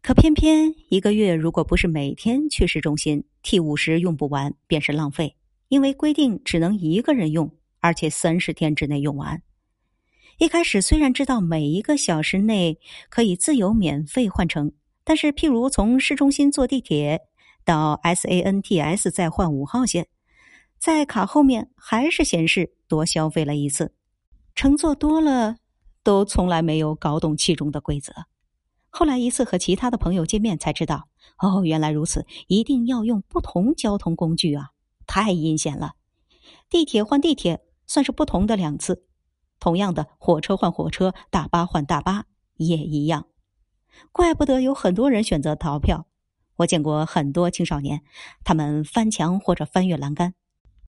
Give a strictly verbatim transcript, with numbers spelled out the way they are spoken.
可偏偏一个月如果不是每天去市中心，T 五十用不完便是浪费，因为规定只能一个人用，而且三十天之内用完。一开始虽然知道每一个小时内可以自由免费换乘，但是譬如从市中心坐地铁到 S A N T S 再换五号线，在卡后面还是显示多消费了一次。乘坐多了都从来没有搞懂其中的规则。后来一次和其他的朋友见面才知道，哦，原来如此，一定要用不同交通工具啊，太阴险了。地铁换地铁算是不同的两次，同样的火车换火车，大巴换大巴也一样。怪不得有很多人选择逃票。我见过很多青少年，他们翻墙或者翻越栏杆，